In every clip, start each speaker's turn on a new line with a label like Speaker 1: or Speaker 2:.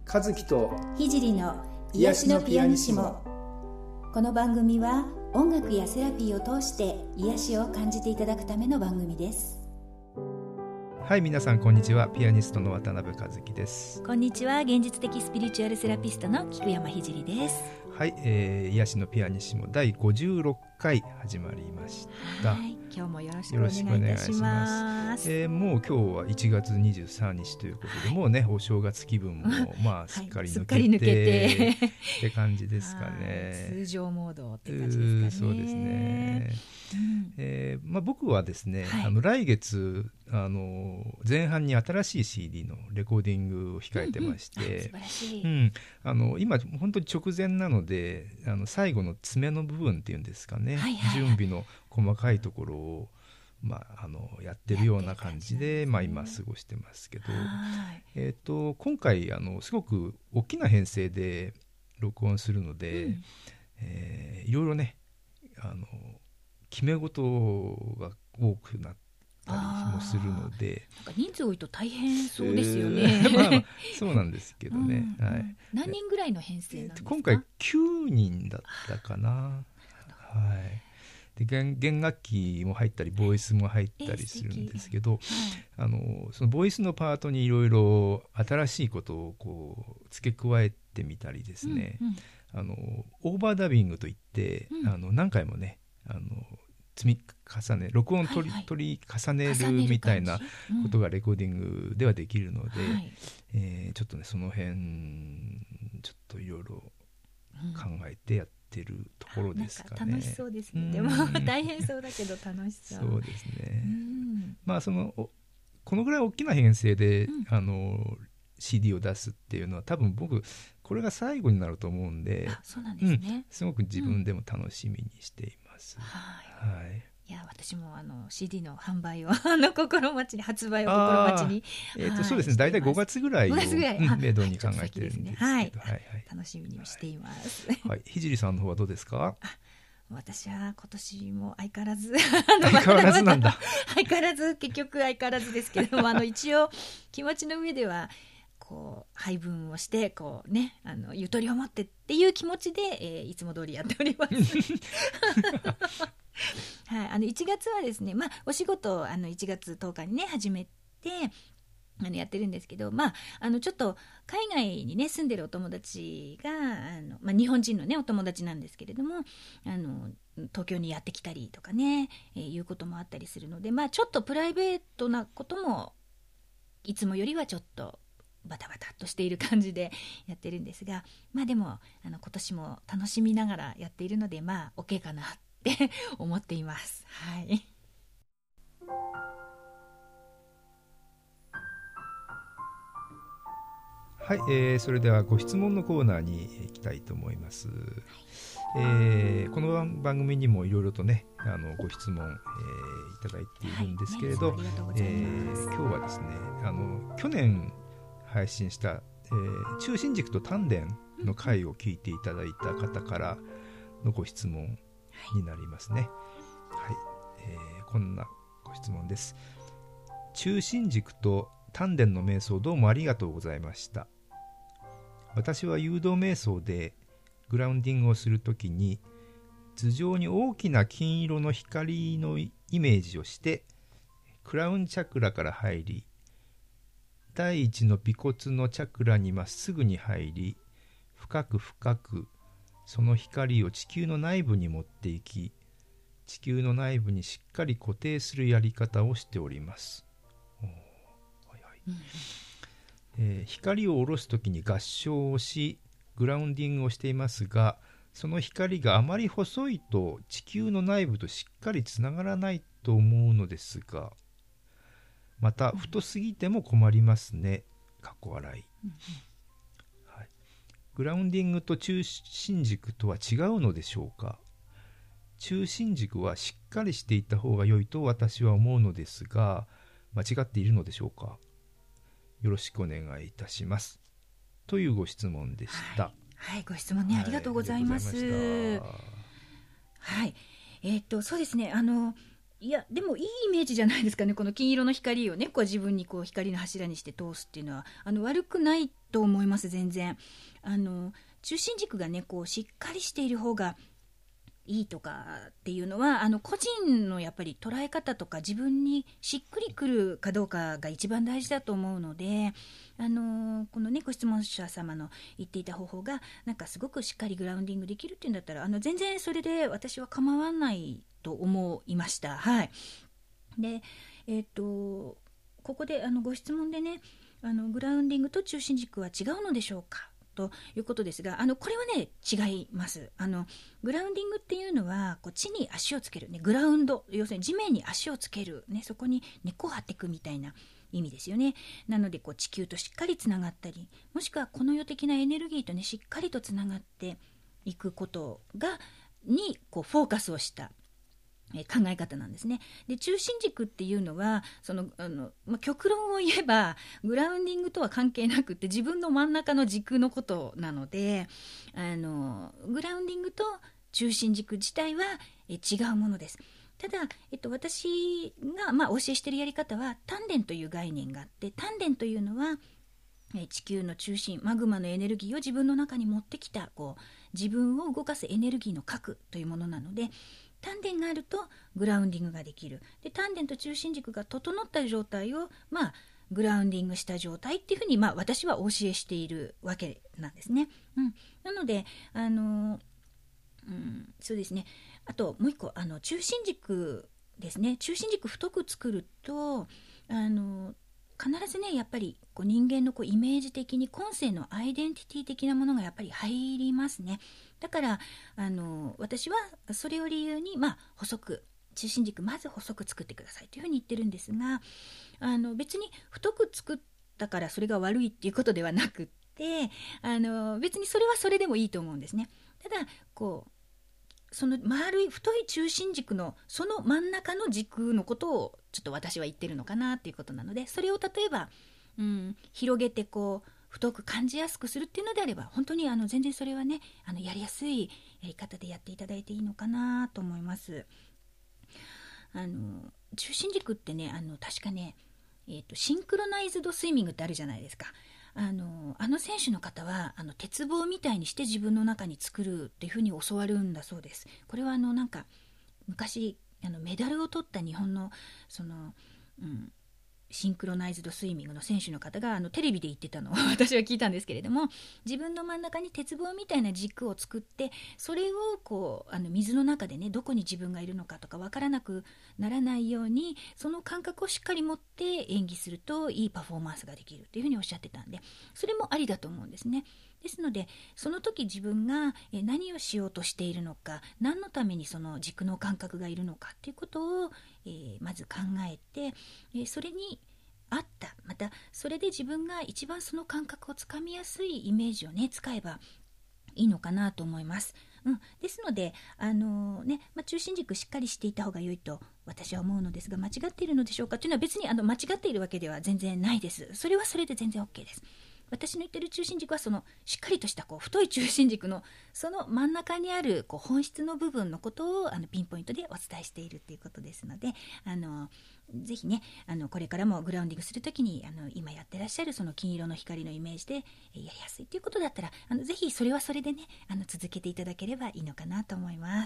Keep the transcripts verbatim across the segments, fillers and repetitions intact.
Speaker 1: 和樹と
Speaker 2: 聖の癒しのピアニシモ。この番組は音楽やセラピーを通して癒しを感じていただくための番組です。
Speaker 3: はい、皆さんこんにちは。ピアニストの渡辺和樹です。
Speaker 4: こんにちは。現実的スピリチュアルセラピストの菊山聖です。
Speaker 3: はい、えー、癒しのピアニシモだいごじゅうろっかい始まりました。
Speaker 4: はい、今日もよろしくお願いいたします。
Speaker 3: えー、もう今日はいちがつにじゅうさんにちということで、はい、もうねお正月気分もまあすっかり抜けて、はい、抜けてって感じですかね。
Speaker 4: 通常モードって感じですかね。
Speaker 3: そうですね。うんえーまあ、僕はですね、はい、あの来月あの前半に新しい シーディー のレコーディングを控えてまして、うんうん、
Speaker 4: 素晴らしい、
Speaker 3: うん、あの今本当に直前なのであの最後の詰めの部分っていうんですかね、はいはいはい、準備の細かいところを、まあ、あのやってるような感じで、まあ、今過ごしてますけど、えー、と今回あのすごく大きな編成で録音するので、うんえー、いろいろねあの決め事が多くなったりもするので、
Speaker 4: なんか人数多いと大変そうですよね、
Speaker 3: えーまあまあ、そうなんですけどね、
Speaker 4: うんうん
Speaker 3: はい、
Speaker 4: 何人ぐらいの編成なんですか？
Speaker 3: 今回きゅうにんだったかな、はい、で 弦, 弦楽器も入ったりボイスも入ったりするんですけど、えーはい、あのそのボイスのパートにいろいろ新しいことをこう付け加えてみたりですね、うんうん、あのオーバーダビングといって、うん、あの何回もねあの積み重ね録音取り、はいはい、取り重ねるみたいなことがレコーディングではできるので、うんはいえー、ちょっとねその辺ちょっといろいろ考えてやってるところですかね、
Speaker 4: うん、なんか楽しそうですね、うん、でも大変そうだけど楽しそう。
Speaker 3: そうですね、うん、まあそのこのぐらい大きな編成で、うん、あの シーディー を出すっていうのは多分僕これが最後になると思うんで、
Speaker 4: あ、そうなんですね、うん、
Speaker 3: すごく自分でも楽しみにしています、うん
Speaker 4: はいはい、いや私もあの シーディー の販売をあの心待ちに発売を心待ちに、
Speaker 3: えーとはい、そうですね大体ごがつぐらいをめどに考えてるんですけど、
Speaker 4: はいはいはい、楽しみにしています、
Speaker 3: はいはい、聖さんの方はどうですか？
Speaker 4: 私は今年も相変わらず
Speaker 3: 相変わらずなんだ
Speaker 4: 相変わらず結局相変わらずですけどもあの一応気持ちの上ではこう配分をしてこう、ね、あのゆとりを持ってっていう気持ちで、えー、いつも通りやっておりますはい、あのいちがつはですね、まあ、お仕事あのいちがつとおかにね始めてあのやってるんですけど、まあ、あのちょっと海外にね住んでるお友達があの、まあ、日本人のねお友達なんですけれどもあの東京にやってきたりとかね、えー、いうこともあったりするので、まあ、ちょっとプライベートなこともいつもよりはちょっとバタバタっとしている感じでやってるんですが、まあでもあの今年も楽しみながらやっているのでまあ OK かなって思っています。はい。
Speaker 3: はい、えー、それではご質問のコーナーに行きたいと思います。はいえー、この番組にもいろいろとねあのご質問、えー、いただいているんですけれど、はいねえー、今日はですねあの去年配信した、えー、中心軸と丹田の回を聞いていただいた方からのご質問になりますね、はいえー、こんなご質問です。中心軸と丹田の瞑想どうもありがとうございました。私は誘導瞑想でグラウンディングをするときに頭上に大きな金色の光のイメージをしてクラウンチャクラから入り第一の尾骨のチャクラにまっすぐに入り深く深くその光を地球の内部に持っていき地球の内部にしっかり固定するやり方をしております。はいはいうんえー、光を下ろすときに合掌をしグラウンディングをしていますがその光があまり細いと地球の内部としっかりつながらないと思うのですがまた太すぎても困りますね。かっこ笑い、うんはい、グラウンディングと中心軸とは違うのでしょうか。中心軸はしっかりしていた方が良いと私は思うのですが間違っているのでしょうか。よろしくお願いいたしますというご質問でした。
Speaker 4: はい、はい、ご質問ね、はい、ありがとうございます。はい、えー、っとそうですねあのいやでもいいイメージじゃないですかね。この金色の光をねこう自分にこう光の柱にして通すっていうのはあの悪くないと思います。全然あの中心軸がねこうしっかりしている方がいいとかっていうのはあの個人のやっぱり捉え方とか自分にしっくりくるかどうかが一番大事だと思うので、あのこのねご質問者様の言っていた方法がなんかすごくしっかりグラウンディングできるっていうんだったらあの全然それで私は構わないと思いました。はい。でえっとここであのご質問でねあのグラウンディングと中心軸は違うのでしょうかということですが、あのこれはね違います。あのグラウンディングっていうのはこう地に足をつける、ね、グラウンド、要するに地面に足をつける、ね、そこに根っこを張っていくみたいな意味ですよね。なのでこう地球としっかりつながったり、もしくはこの世的なエネルギーとねしっかりとつながっていくことがにこうフォーカスをした考え方なんですね。で中心軸っていうのはそのあの、まあ、極論を言えばグラウンディングとは関係なくて自分の真ん中の軸のことなので、あのグラウンディングと中心軸自体はえ違うものです。ただ、えっと、私が、まあ、お教えしているやり方は丹田という概念があって、丹田というのはえ地球の中心マグマのエネルギーを自分の中に持ってきたこう自分を動かすエネルギーの核というものなので、丹田があるとグラウンディングができる。で丹田と中心軸が整った状態を、まあ、グラウンディングした状態っていうふうに、まあ、私はお教えしているわけなんですね。うん、なのであの、うん、そうですね。あともう一個あの中心軸ですね。中心軸太く作るとあの必ずねやっぱりこう人間のこうイメージ的に今世のアイデンティティ的なものがやっぱり入りますね。だからあの私はそれを理由に、まあ、細く中心軸まず細く作ってくださいというふうに言ってるんですが、あの別に太く作ったからそれが悪いっていうことではなくって、あの別にそれはそれでもいいと思うんですね。ただこうその丸い太い中心軸のその真ん中の軸のことをちょっと私は言ってるのかなっていうことなので、それを例えば、うん、広げてこう太く感じやすくするっていうのであれば本当にあの全然それはねあのやりやすいやり方でやっていただいていいのかなと思います。あの中心軸ってねあの確かね、えーと、シンクロナイズドスイミングってあるじゃないですか。あのあの選手の方はあの鉄棒みたいにして自分の中に作るっていうふうに教わるんだそうです。これはあのなんか昔あのメダルを取った日本のその、うん、シンクロナイズドスイミングの選手の方があのテレビで言ってたのを私は聞いたんですけれども、自分の真ん中に鉄棒みたいな軸を作ってそれをこうあの水の中でねどこに自分がいるのかとか分からなくならないようにその感覚をしっかり持って演技するといいパフォーマンスができるというふうにおっしゃってたんで、それもありだと思うんですね。ですのでその時自分が何をしようとしているのか、何のためにその軸の感覚がいるのかということを、えー、まず考えて、えー、それに合ったまたそれで自分が一番その感覚をつかみやすいイメージをね使えばいいのかなと思います。うん、ですので、あのーねまあ、中心軸しっかりしていた方が良いと私は思うのですが、間違っているのでしょうかというのは別にあの間違っているわけでは全然ないです。それはそれで全然 OK です。私の言ってる中心軸はそのしっかりとしたこう太い中心軸のその真ん中にあるこう本質の部分のことをあのピンポイントでお伝えしているということですので、あのぜひねあのこれからもグラウンディングするときにあの今やってらっしゃるその金色の光のイメージでやりやすいということだったらあのぜひそれはそれでねあの続けていただければいいのかなと思います。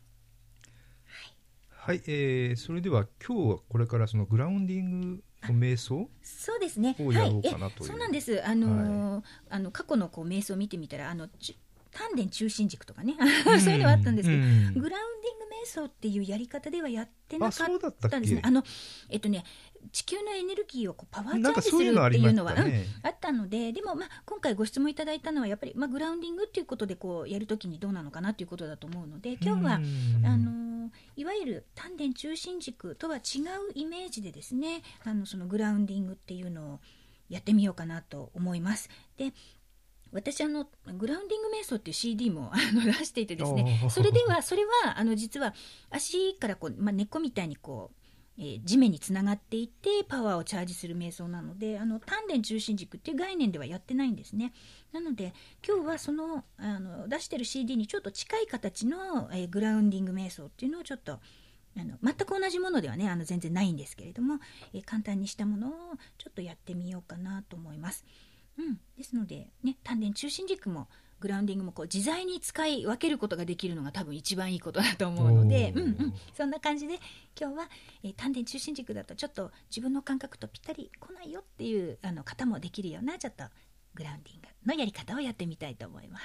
Speaker 3: はい、えー、それでは今日はこれからそのグラウンディングの瞑想
Speaker 4: そうですね
Speaker 3: をやろうかなという、
Speaker 4: はい、そうなんです。あのーはい、あの過去のこう瞑想を見てみたらあの丹田中心軸とかねそういうのはあったんですけど、うん、グラウンディング瞑想っていうやり方ではやってなかったんですね。あのえっとね地球のエネルギーをこうパワーチャージするっていうのは あ,、ねうん、あったので、でも、まあ、今回ご質問いただいたのはやっぱり、まあ、グラウンディングっていうことでこうやるときにどうなのかなということだと思うので、今日はあのいわゆる丹田中心軸とは違うイメージでですねあのそのグラウンディングっていうのをやってみようかなと思います。で私あのグラウンディング瞑想っていう シーディー もあの出していてですね、それではそれはあの実は足からこう、まあ、根っこみたいにこうえー、地面につながっていってパワーをチャージする瞑想なので、あの丹田中心軸っていう概念ではやってないんですね。なので今日はその、あの出してる シーディー にちょっと近い形の、えー、グラウンディング瞑想っていうのをちょっとあの全く同じものではねあの全然ないんですけれども、えー、簡単にしたものをちょっとやってみようかなと思います。うん、ですので、ね、丹田中心軸もグラウンディングもこう自在に使い分けることができるのが多分一番いいことだと思うので、うんうん、そんな感じで今日は、えー、丹田中心軸だとちょっと自分の感覚とぴったり来ないよっていうあの方もできるようなちょっとグラウンディングのやり方をやってみたいと思います。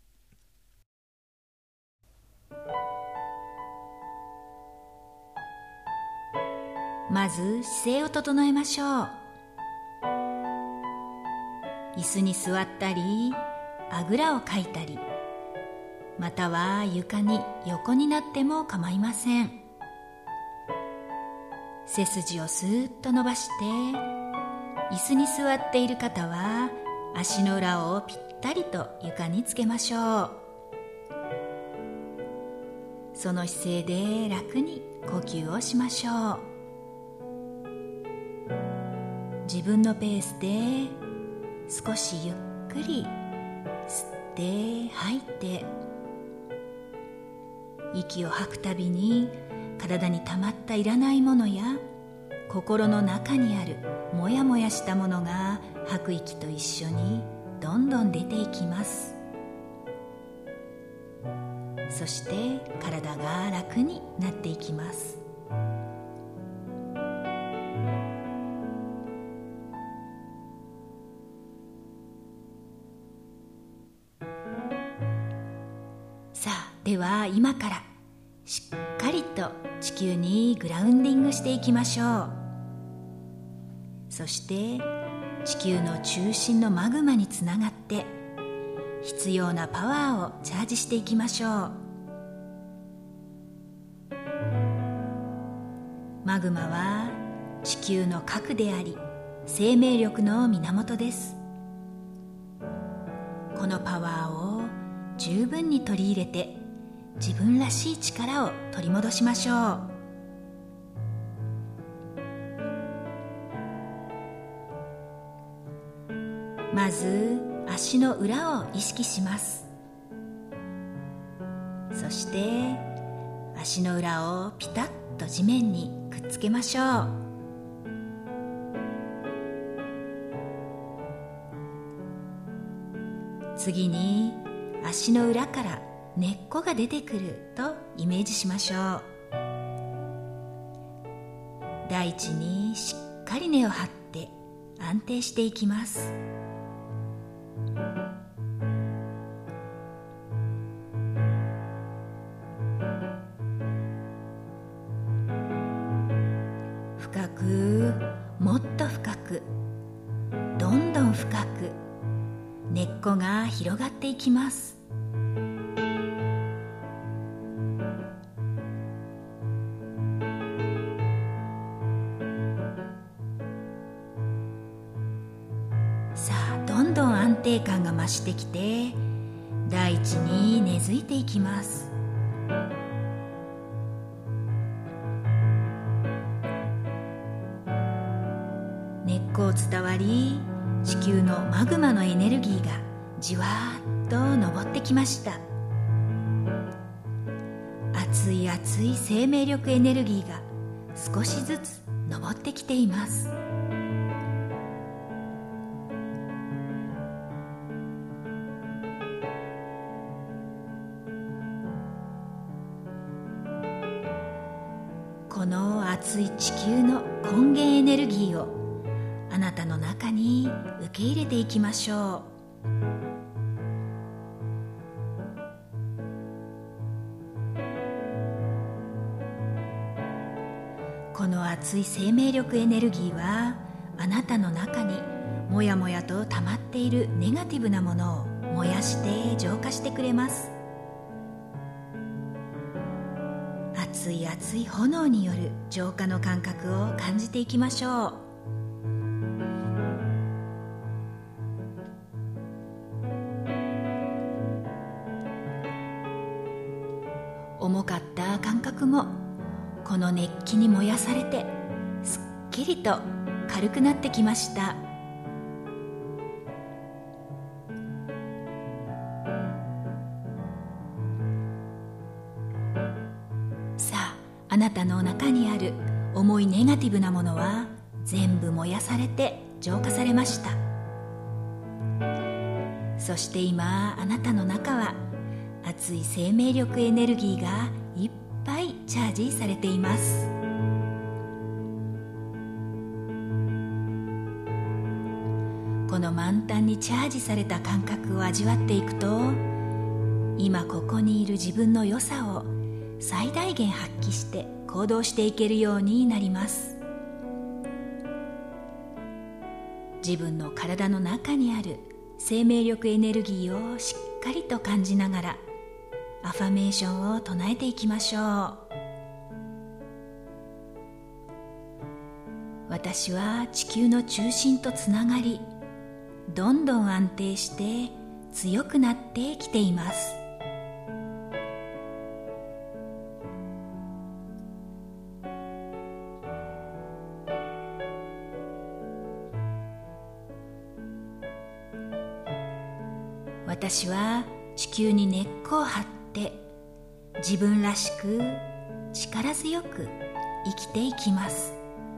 Speaker 4: まず姿勢を整えましょう。椅子に座ったりあぐらをかいたり、または床に横になっても構いません。背筋をスーッと伸ばして、椅子に座っている方は足の裏をぴったりと床につけましょう。その姿勢で楽に呼吸をしましょう。自分のペースで少しゆっくり吸って吐いて、息を吐くたびに体に溜まったいらないものや心の中にあるもやもやしたものが吐く息と一緒にどんどん出ていきます。そして体が楽になっていきます。さあ、では今からしっかりと地球にグラウンディングしていきましょう。そして地球の中心のマグマにつながって必要なパワーをチャージしていきましょう。マグマは地球の核であり生命力の源です。このパワーを十分に取り入れて自分らしい力を取り戻しましょう。まず足の裏を意識します。そして足の裏をピタッと地面にくっつけましょう。次に足の裏から根っこが出てくるとイメージしましょう。大地にしっかり根を張って安定していきます。深く、もっと深く、どんどん深く根っこが広がっていきます。さあ、どんどん安定感が増してきて大地に根付いていきます。根っこを伝わり地球のマグマのエネルギーがじわーっと上ってきました。熱い熱い生命力エネルギーが少しずつ上ってきています。この熱い地球の根源エネルギーをあなたの中に受け入れていきましょう。この熱い生命力エネルギーはあなたの中にもやもやと溜まっているネガティブなものを燃やして浄化してくれます。熱い熱い炎による浄化の感覚を感じていきましょう。重かった感覚もこの熱気に燃やされてすっきりと軽くなってきました。さあ、
Speaker 2: あなたの中にある重いネガティブなものは全部燃やされて浄化されました。そして今あなたの中は熱い生命力エネルギーがいっぱいチャージされています。この満タンにチャージされた感覚を味わっていくと、今ここにいる自分の良さを最大限発揮して行動していけるようになります。自分の体の中にある生命力エネルギーをしっかりと感じながらアファメーションを唱えていきましょう。私は地球の中心とつながり、どんどん安定して強くなってきています。私は地球に根っこを張って自分らしく力強く生きていきます。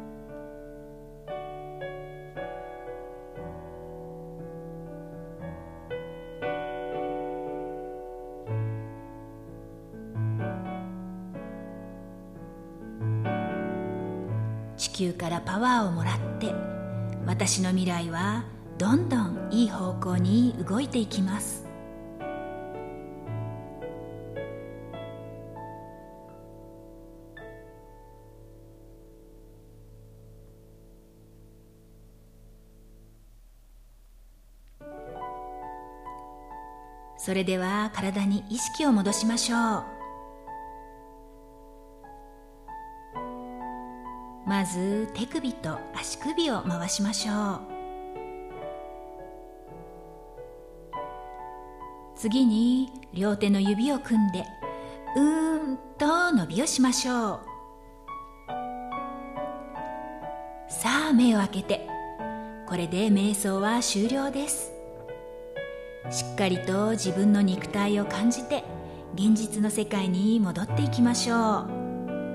Speaker 2: 地球からパワーをもらって私の未来はどんどんいい方向に動いていきます。それでは体に意識を戻しましょう。まず手首と足首を回しましょう。次に両手の指を組んでうーんと伸びをしましょう。さあ目を開けて、これで瞑想は終了です。しっかりと自分の肉体を感じて現実の世界に戻っていきましょう。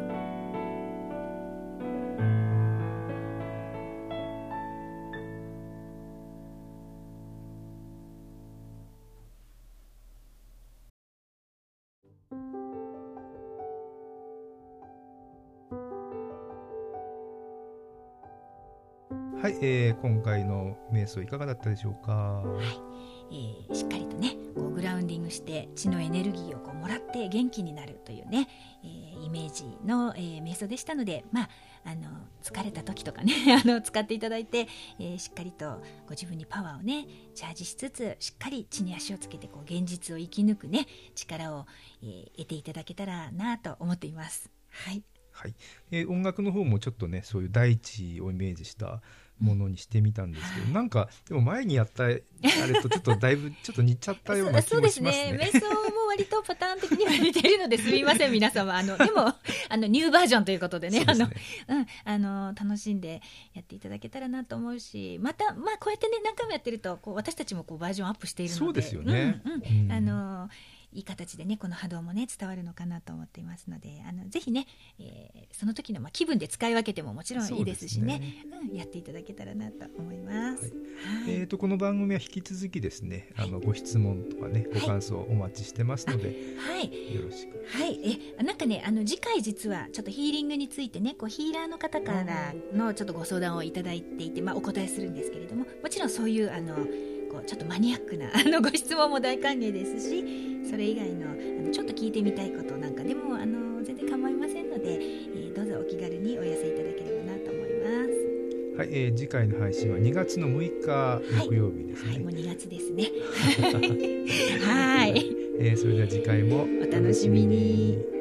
Speaker 3: はい、えー、今回の瞑想いかがだったでしょうか。
Speaker 2: はい、えー、しっかりとねこうグラウンディングして血のエネルギーをこうもらって元気になるというね、えー、イメージの、えー、瞑想でしたので、まあ、あの疲れた時とかねあの使っていただいて、えー、しっかりとご自分にパワーをねチャージしつつ、しっかり地に足をつけてこう現実を生き抜くね力を、えー、得ていただけたらなと思っています。はい、
Speaker 3: はい、えー、音楽の方もちょっとねそういう大地をイメージしたものにしてみたんですけど、うん、なんかでも前にやったあれとちょっとだいぶちょっと似ちゃったような気もしますね。
Speaker 2: そうですね、瞑想も割とパターン的には似ているのですみません皆様。あのでもあのニューバージョンということでね、あの、うん、あの楽しんでやっていただけたらなと思うし、また、まあ、こうやってね何回もやってるとこう私たちもこうバージョンアップしているので、
Speaker 3: そうですよね、
Speaker 2: うんうんうん、あのいい形でねこの波動もね伝わるのかなと思っていますので、あのぜひね、えー、その時のまあ気分で使い分けてももちろんいいですしね、うん、やっていただけたらなと思います。はいはい、
Speaker 3: えー、とこの番組は引き続きですね、あのご質問とかねご感想お待ちしてますので、
Speaker 2: はい、
Speaker 3: よろしく。
Speaker 2: はい、えなんかねあの次回実はちょっとヒーリングについてねこうヒーラーの方からのちょっとご相談をいただいていて、まあ、お答えするんですけれども、もちろんそういうあのこうちょっとマニアックなあのご質問も大歓迎ですし、それ以外の、あのちょっと聞いてみたいことなんかでもあの全然構いませんので、えー、どうぞお気軽にお寄せいただければなと思います。
Speaker 3: はい、えー、次回の配信はにがつのむいか木曜日ですね。
Speaker 2: はい、はい、もうにがつですね。はい、
Speaker 3: えー、それでは次回も
Speaker 2: お楽しみに。